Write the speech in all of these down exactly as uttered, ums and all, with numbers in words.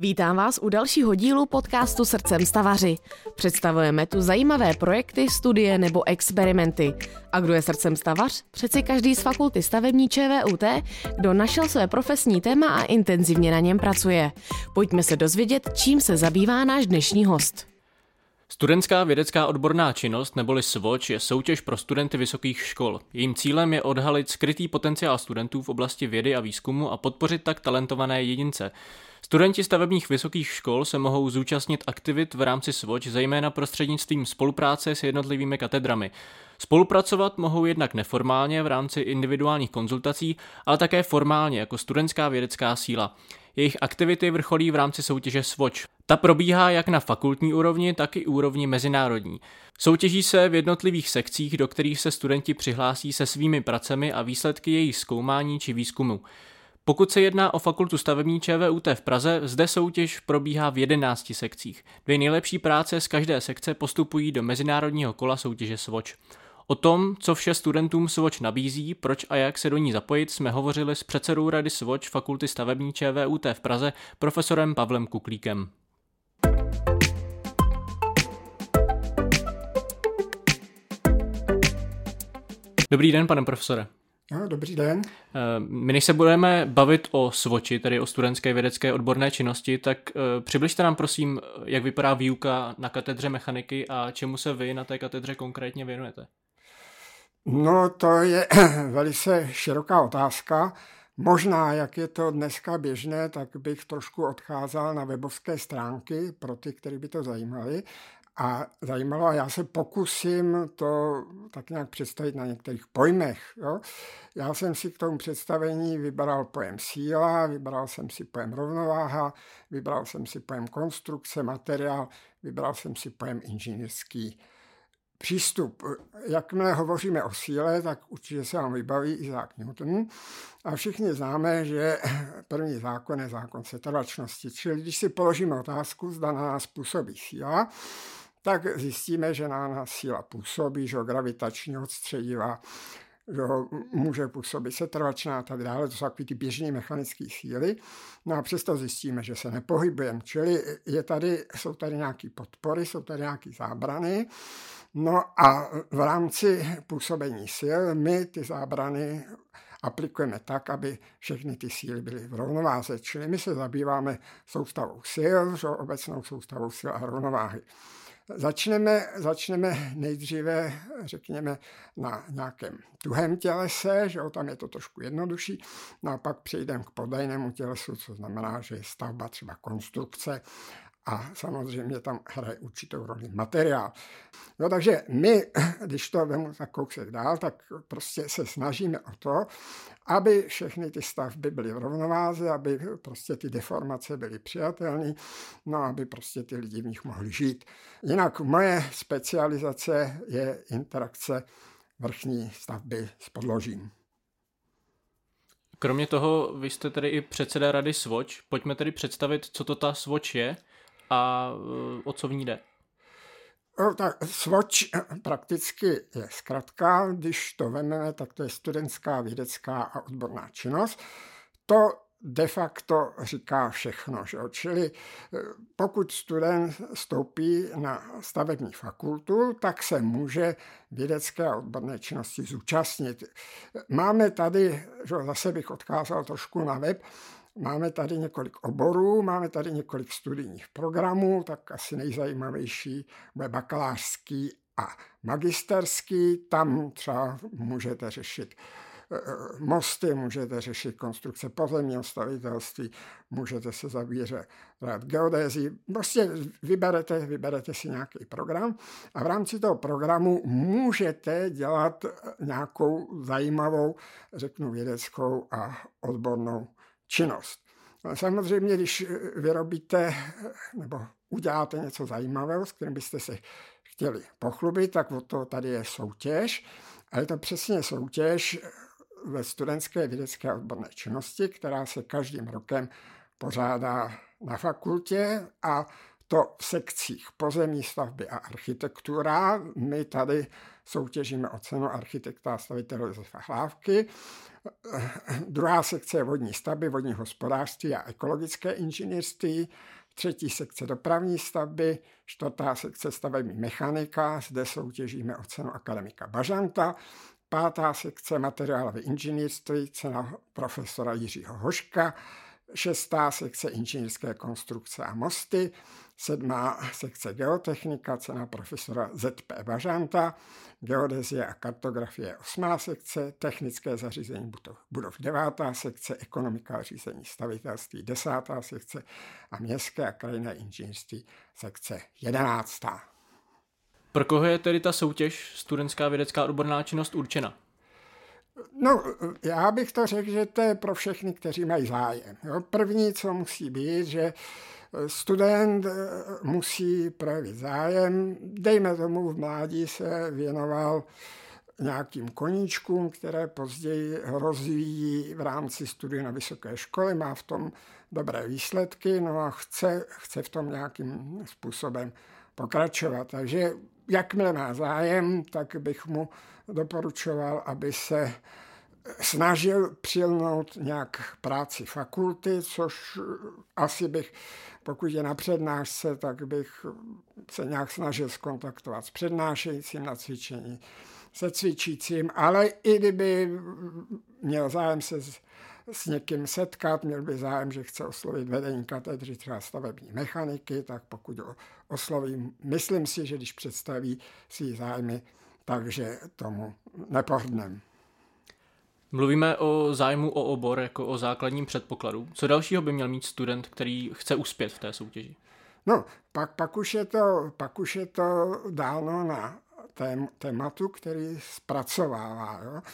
Vítám vás u dalšího dílu podcastu Srdcem stavaři. Představujeme tu zajímavé projekty, studie nebo experimenty. A kdo je srdcem stavař? Přeci každý z fakulty stavební ČVUT, kdo našel své profesní téma a intenzivně na něm pracuje. Pojďme se dozvědět, čím se zabývá náš dnešní host. Studentská vědecká odborná činnost neboli SWOČ je soutěž pro studenty vysokých škol. Jejím cílem je odhalit skrytý potenciál studentů v oblasti vědy a výzkumu a podpořit tak talentované jedince. Studenti stavebních vysokých škol se mohou zúčastnit aktivit v rámci SWOČ zejména prostřednictvím spolupráce s jednotlivými katedrami. Spolupracovat mohou jednak neformálně v rámci individuálních konzultací, ale také formálně jako studentská vědecká síla. Jejich aktivity vrcholí v rámci soutěže SWOČ. Ta probíhá jak na fakultní úrovni, tak i úrovni mezinárodní. Soutěží se v jednotlivých sekcích, do kterých se studenti přihlásí se svými pracemi a výsledky jejich zkoumání či výzkumu. Pokud se jedná o fakultu stavební ČVUT v Praze, zde soutěž probíhá v jedenácti sekcích. Dvě nejlepší práce z každé sekce postupují do mezinárodního kola soutěže SWOČ. O tom, co vše studentům SWOČ nabízí, proč a jak se do ní zapojit, jsme hovořili s předsedou rady SWOČ fakulty stavební ČVUT v Praze, profesorem Pavlem Kuklíkem. Dobrý den, pane profesore. No, dobrý den. My než se budeme bavit o SWOČi, tedy o studentské vědecké odborné činnosti, tak přibližte nám prosím, jak vypadá výuka na katedře mechaniky a čemu se vy na té katedře konkrétně věnujete. No, to je velice široká otázka. Možná, jak je to dneska běžné, tak bych trošku odcházel na webovské stránky pro ty, který by to zajímali. A zajímalo, a já se pokusím to tak nějak představit na některých pojmech. Jo? Já jsem si k tomu představení vybral pojem síla, vybral jsem si pojem rovnováha, vybral jsem si pojem konstrukce, materiál, vybral jsem si pojem inženýrský přístup. Jakmile hovoříme o síle, tak určitě se vám vybaví Isaac Newton. A všichni známe, že první zákon je zákon setrvačnosti. Čili když si položíme otázku, zda na nás působí síla, tak zjistíme, že na nás síla působí, že gravitační odstřediva, že může působit setrvačná a tak dále. To jsou takové ty běžné mechanické síly. No a přesto zjistíme, že se nepohybujeme. Čili je tady, jsou tady nějaké podpory, jsou tady nějaké zábrany. No a v rámci působení sil my ty zábrany aplikujeme tak, aby všechny ty síly byly v rovnováze. Čili my se zabýváme soustavou sil, obecnou soustavou sil a rovnováhy. Začneme, začneme nejdříve, řekněme, na nějakém tuhém tělese, že jo, tam je to trošku jednodušší, no a pak přejdeme k podajnému tělesu, co znamená, že je stavba třeba konstrukce a samozřejmě tam hraje určitou roli materiál. No, takže my, když to vemu na kousek dál, tak prostě se snažíme o to, aby všechny ty stavby byly v rovnováze, aby prostě ty deformace byly přijatelné, no aby prostě ty lidi v nich mohli žít. Jinak moje specializace je interakce vrchní stavby s podložím. Kromě toho, vy jste tedy i předseda rady SWOČ. Pojďme tedy představit, co to ta SWOČ je a o co v ní jde. No, tak SWOČ prakticky je zkratka, když to vezmeme, tak to je studentská vědecká a odborná činnost. To de facto říká všechno. Že? Čili pokud student vstoupí na stavební fakultu, tak se může vědecké a odborné činnosti zúčastnit. Máme tady, že zase bych odkázal trošku na web, máme tady několik oborů, máme tady několik studijních programů, tak asi nejzajímavější bude bakalářský a magisterský. Tam třeba můžete řešit mosty, můžete řešit konstrukce pozemního stavitelství, můžete se zabývat geodézí. Prostě vyberete, vyberete si nějaký program a v rámci toho programu můžete dělat nějakou zajímavou, řeknu vědeckou a odbornou činnost. Samozřejmě, když vyrobíte nebo uděláte něco zajímavého, s kterým byste se chtěli pochlubit, tak od toho tady je soutěž. A je to přesně soutěž ve studentské vědecké a odborné činnosti, která se každým rokem pořádá na fakultě a to v sekcích pozemní stavby a architektura. My tady soutěžíme o cenu architekta a stavitele Josefa Hlávky. Druhá sekce je vodní stavby, vodní hospodářství a ekologické inženýrství. Třetí sekce dopravní stavby, čtvrtá sekce stavební mechanika, zde soutěžíme o cenu akademika Bažanta. Pátá sekce materiálové inženýrství, cena profesora Jiřího Hoška. Šestá sekce inženýrské konstrukce a mosty. Sedmá sekce geotechnika, cena profesora Z P Bažanta. Geodezie a kartografie osmá sekce. Technické zařízení budov, budov devátá sekce. Ekonomika a řízení stavitelství desátá sekce. A městské a krajinné inženýrství sekce jedenáctá. Pro koho je tedy ta soutěž Studentská vědecká odborná činnost určena? No, já bych to řekl, že to je pro všechny, kteří mají zájem. Jo? První, co musí být, že student musí projevit zájem. Dejme tomu, v mládí se věnoval nějakým koníčkům, které později rozvíjí v rámci studia na vysoké školy, má v tom dobré výsledky, no a chce, chce v tom nějakým způsobem pokračovat. Takže jakmile má zájem, tak bych mu doporučoval, aby se snažil přilnout nějak práci fakulty, což asi bych, pokud je na přednášce, tak bych se nějak snažil skontaktovat s přednášejícím na cvičení, se cvičícím, ale i kdyby měl zájem se s, s někým setkat, měl by zájem, že chce oslovit vedení katedry třeba stavební mechaniky, tak pokud ho oslovím, myslím si, že když představí svý zájmy, takže tomu nepohrdnem. Mluvíme o zájmu o obor jako o základním předpokladu. Co dalšího by měl mít student, který chce uspět v té soutěži? No, pak, pak, už, je to, pak už je to dáno na tém, tématu, který zpracovává. Jo?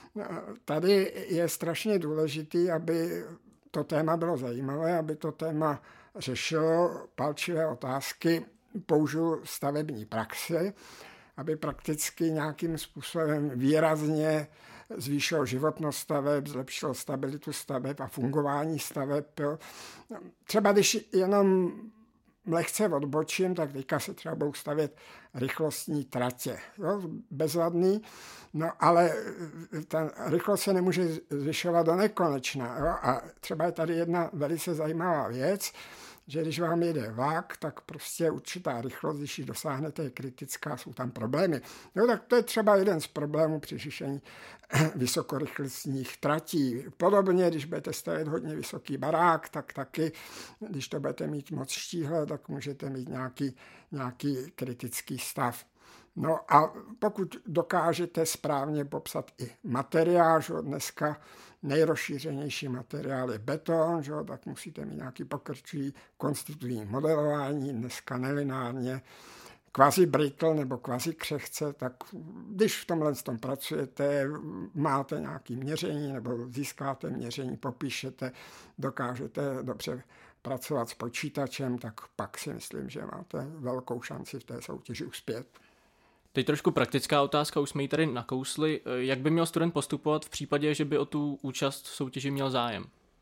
Tady je strašně důležitý, aby to téma bylo zajímavé, aby to téma řešilo palčivé otázky, použil stavební praxi, aby prakticky nějakým způsobem výrazně zvýšil životnost staveb, zlepšil stabilitu staveb a fungování staveb. Jo. Třeba když jenom lehce odbočím, tak teďka se třeba budou stavět rychlostní tratě, jo, bezvadný, no ale ta rychlost se nemůže zvyšovat do nekonečna. Jo, a třeba je tady jedna velice zajímavá věc, že když vám jede vlak, tak prostě určitá rychlost, když ji dosáhnete, je kritická, jsou tam problémy. No, tak to je třeba jeden z problémů při řešení vysokorychlostních tratí. Podobně, když budete stavět hodně vysoký barák, tak taky, když to budete mít moc štíhle, tak můžete mít nějaký, nějaký kritický stav. No a pokud dokážete správně popsat i materiál, že dneska nejrozšířenější materiál je beton, že, tak musíte mít nějaký pokročilý konstitutivní modelování, dneska nelinárně, kvazi brittle nebo kvazi křehce, tak když v tomhle tom pracujete, máte nějaké měření nebo získáte měření, popíšete, dokážete dobře pracovat s počítačem, tak pak si myslím, že máte velkou šanci v té soutěži uspět. Teď trošku praktická otázka, už jsme ji tady nakousli. Jak by měl student postupovat v případě, že by o tu účast v soutěži měl zájem?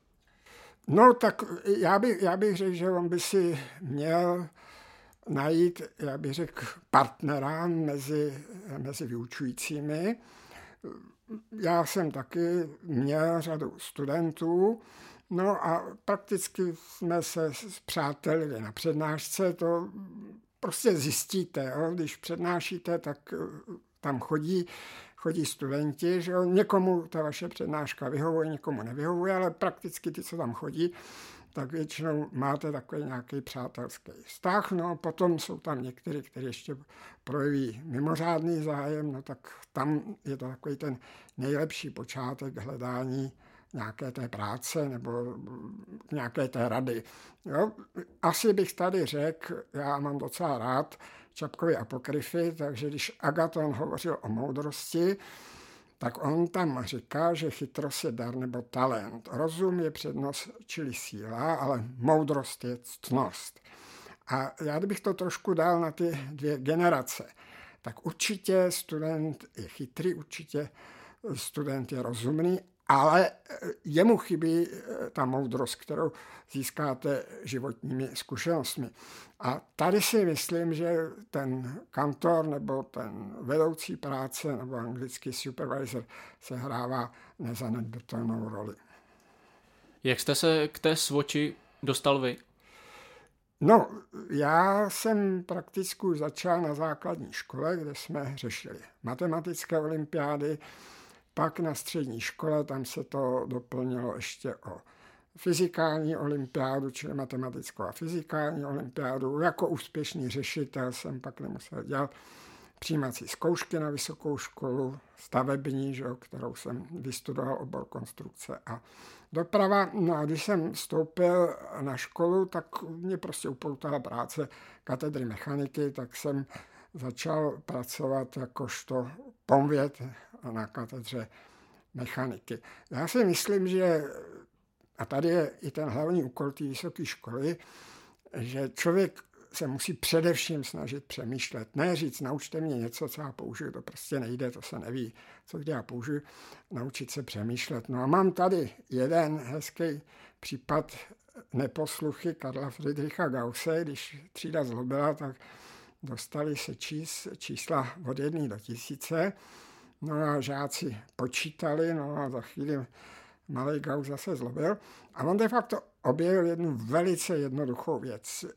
No tak já, by, já bych řekl, že on by si měl najít, já bych řekl, partnera mezi, mezi vyučujícími. Já jsem taky měl řadu studentů, no a prakticky jsme se spřátelili na přednášce, to prostě zjistíte, jo? Když přednášíte, tak tam chodí, chodí studenti, že jo? Někomu ta vaše přednáška vyhovuje, někomu nevyhovuje, ale prakticky ty, co tam chodí, tak většinou máte takový nějaký přátelský vztah. No potom jsou tam někteří, kteří ještě projeví mimořádný zájem, no tak tam je to takový ten nejlepší počátek hledání nějaké té práce nebo nějaké té rady. Jo? Asi bych tady řekl, já mám docela rád Čapkovy apokryfy, takže když Agaton hovořil o moudrosti, tak on tam říká, že chytrost je dar nebo talent. Rozum je přednost, čili síla, ale moudrost je ctnost. A já kdybych to trošku dal na ty dvě generace, tak určitě student je chytrý, určitě student je rozumný, ale jemu chybí ta moudrost, kterou získáte životními zkušenostmi. A tady si myslím, že ten kantor nebo ten vedoucí práce nebo anglický supervisor se hrává nezanedbatelnou roli. Jak jste se k té svoči dostal vy? No, já jsem prakticky začal na základní škole, kde jsme řešili matematické olympiády, pak na střední škole, tam se to doplnilo ještě o fyzikální olympiádu, čili matematickou a fyzikální olympiádu. Jako úspěšný řešitel jsem pak nemusel dělat přijímací zkoušky na vysokou školu, stavební, že, kterou jsem vystudoval obor konstrukce a doprava. No a když jsem vstoupil na školu, tak mě prostě upoutala práce katedry mechaniky, tak jsem začal pracovat jakožto pomvěd na katedře mechaniky. Já si myslím, že, a tady je i ten hlavní úkol té vysoké školy, že člověk se musí především snažit přemýšlet. Ne říct, naučte mě něco, co já použiju, to prostě nejde, to se neví, co kdy já použiju, naučit se přemýšlet. No a mám tady jeden hezký případ neposluchy Karla Friedricha Gausse, když třída zlobila, tak dostali se čís, čísla od jedné do tisíce, no a žáci počítali, no a za chvíli malý Gauss zase zlobil. A on de facto objevil jednu velice jednoduchou věc.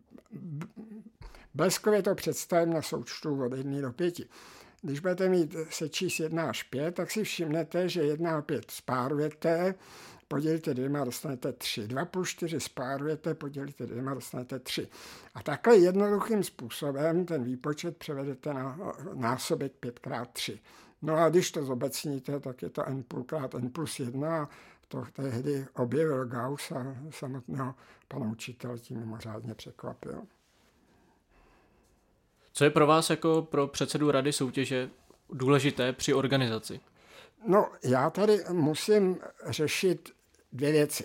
Bleskově to představím na součtu od jedné do pěti. Když budete mít sečíst jedna až pět, tak si všimnete, že jedna a pět spárujete, podělíte dvěma, dostanete tři. dva plus čtyři spárujete, podělíte dvěma, dostanete tři. A takhle jednoduchým způsobem ten výpočet převedete na násobek pět krát tři. No a když to zobecníte, tak je to n půl krát n plus jedna. To tehdy objevil Gauss a samotného pana učitele tím mimořádně překvapil. Co je pro vás jako pro předsedu rady soutěže důležité při organizaci? No, já tady musím řešit dvě věci.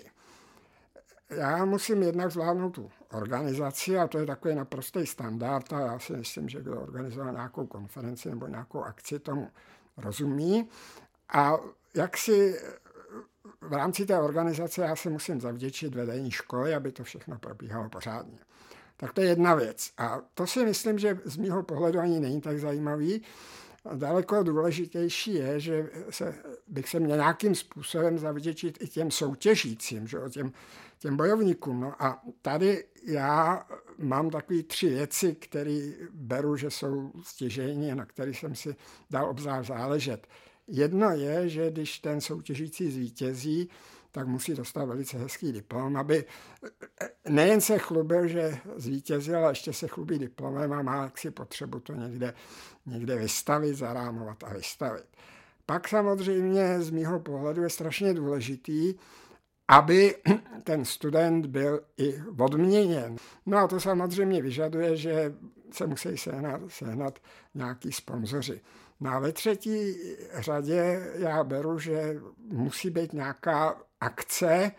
Já musím jednak zvládnout tu organizaci a to je takový naprostý standard a já si myslím, že kdo organizoval nějakou konferenci nebo nějakou akci, tomu rozumí. A jak si v rámci té organizace já se musím zavděčit vedení školy, aby to všechno probíhalo pořádně. Tak to je jedna věc. A to si myslím, že z mýho pohledu ani není tak zajímavý. Daleko důležitější je, že se, bych se měl nějakým způsobem zavděčit i těm soutěžícím, že, těm, těm bojovníkům. No a tady já mám takové tři věci, které beru, že jsou stěžejní a na které jsem si dal obzvlášť záležet. Jedno je, že když ten soutěžící zvítězí, tak musí dostat velice hezký diplom, aby nejen se chlubil, že zvítězil, ale ještě se chlubí diplomem a má si potřebu to někde, někde vystavit, zarámovat a vystavit. Pak samozřejmě z mýho pohledu je strašně důležitý, aby ten student byl i odměněn. No a to samozřejmě vyžaduje, že se musí sehnat, sehnat nějaký sponzoři. No a ve třetí řadě já beru, že musí být nějaká akce,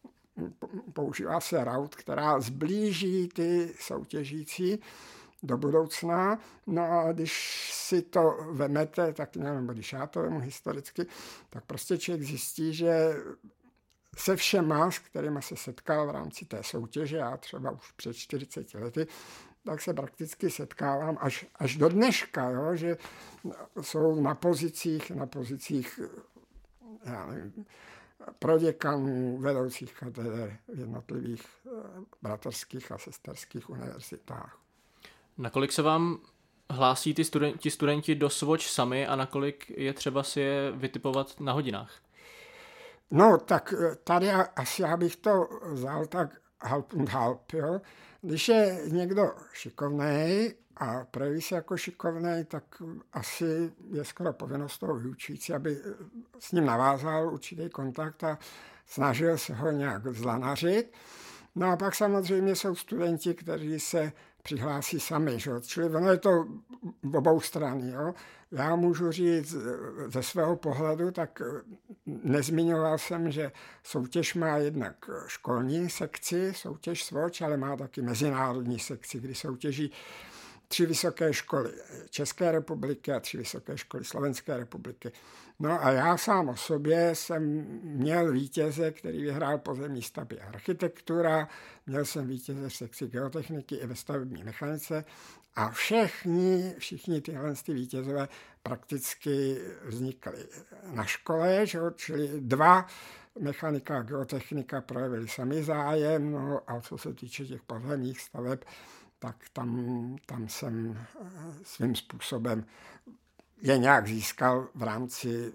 používá se raut, která zblíží ty soutěžící do budoucna. No a když si to vemete, tak nebo když já to vemu historicky, tak prostě člověk zjistí, že se všema, s kterými se setkal v rámci té soutěže, já třeba už před čtyřiceti lety, tak se prakticky setkávám až, až do dneška, jo, že jsou na pozicích, na pozicích já nevím, proděkanů, vedoucích kateder v jednotlivých bratrských a sesterských univerzitách. Nakolik se vám hlásí ty studenti, studenti do Swatch sami a nakolik je třeba si je vytipovat na hodinách? No, tak tady asi já bych to vzal tak halp und halp, jo. Když je někdo šikovnej a projeví se jako šikovnej, tak asi je skoro povinnost toho vyučující, aby s ním navázal určitý kontakt a snažil se ho nějak zlanařit. No a pak samozřejmě jsou studenti, kteří se přihlásí sami, že? Čili ono je to v obou strany. Jo? Já můžu říct ze svého pohledu, tak nezmiňoval jsem, že soutěž má jednak školní sekci, soutěž Swatch, ale má taky mezinárodní sekci, kdy soutěží tři vysoké školy České republiky a tři vysoké školy Slovenské republiky. No a já sám o sobě jsem měl vítěze, který vyhrál pozemní stavby a architektura, měl jsem vítěze v sekci geotechniky i ve stavební mechanice a všichni, všichni tyhle ty vítězové prakticky vznikly na škole, že? Čili dva mechanika a geotechnika projevili sami zájem, no a co se týče těch pozemních staveb, tak tam, tam jsem svým způsobem je nějak získal v rámci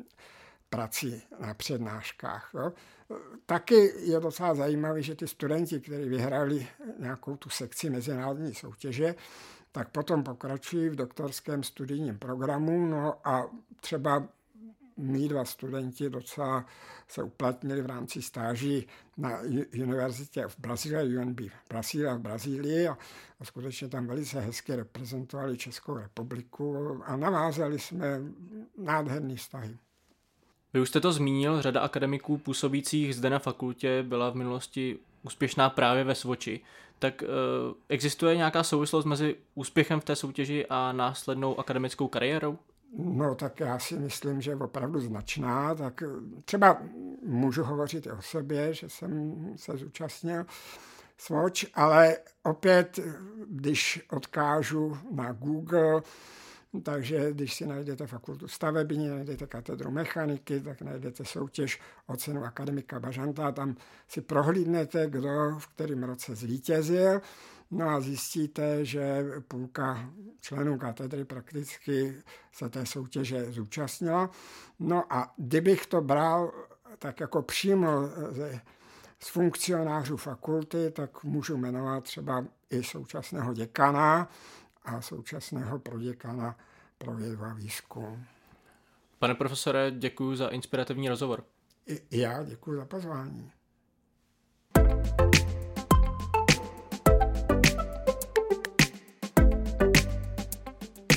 prací na přednáškách. Jo. Taky je docela zajímavé, že ty studenti, kteří vyhrali nějakou tu sekci mezinárodní soutěže, tak potom pokračují v doktorském studijním programu, no a třeba mý dva studenti docela se uplatnili v rámci stáží na univerzitě v Brazílii, U N B Brasília v Brazílii a, a skutečně tam velice hezky reprezentovali Českou republiku a navázali jsme nádherný vztahy. Vy už jste to zmínil, řada akademiků působících zde na fakultě byla v minulosti úspěšná právě ve Svoči. Tak e, existuje nějaká souvislost mezi úspěchem v té soutěži a následnou akademickou kariérou? No tak já si myslím, že je opravdu značná, tak třeba můžu hovořit i o sobě, že jsem se zúčastnil Svoč, ale opět, když odkážu na Google, takže když si najdete fakultu stavební, najdete katedru mechaniky, tak najdete soutěž o cenu akademika Bažanta, tam si prohlídnete, kdo v kterém roce zvítězil, no a zjistíte, že půlka členů katedry prakticky se té soutěže zúčastnila. No a kdybych to bral tak jako přímo ze, z funkcionářů fakulty, tak můžu jmenovat třeba i současného děkana a současného proděkana pro vědu a výzkum. Pane profesore, děkuji za inspirativní rozhovor. I já děkuji za pozvání.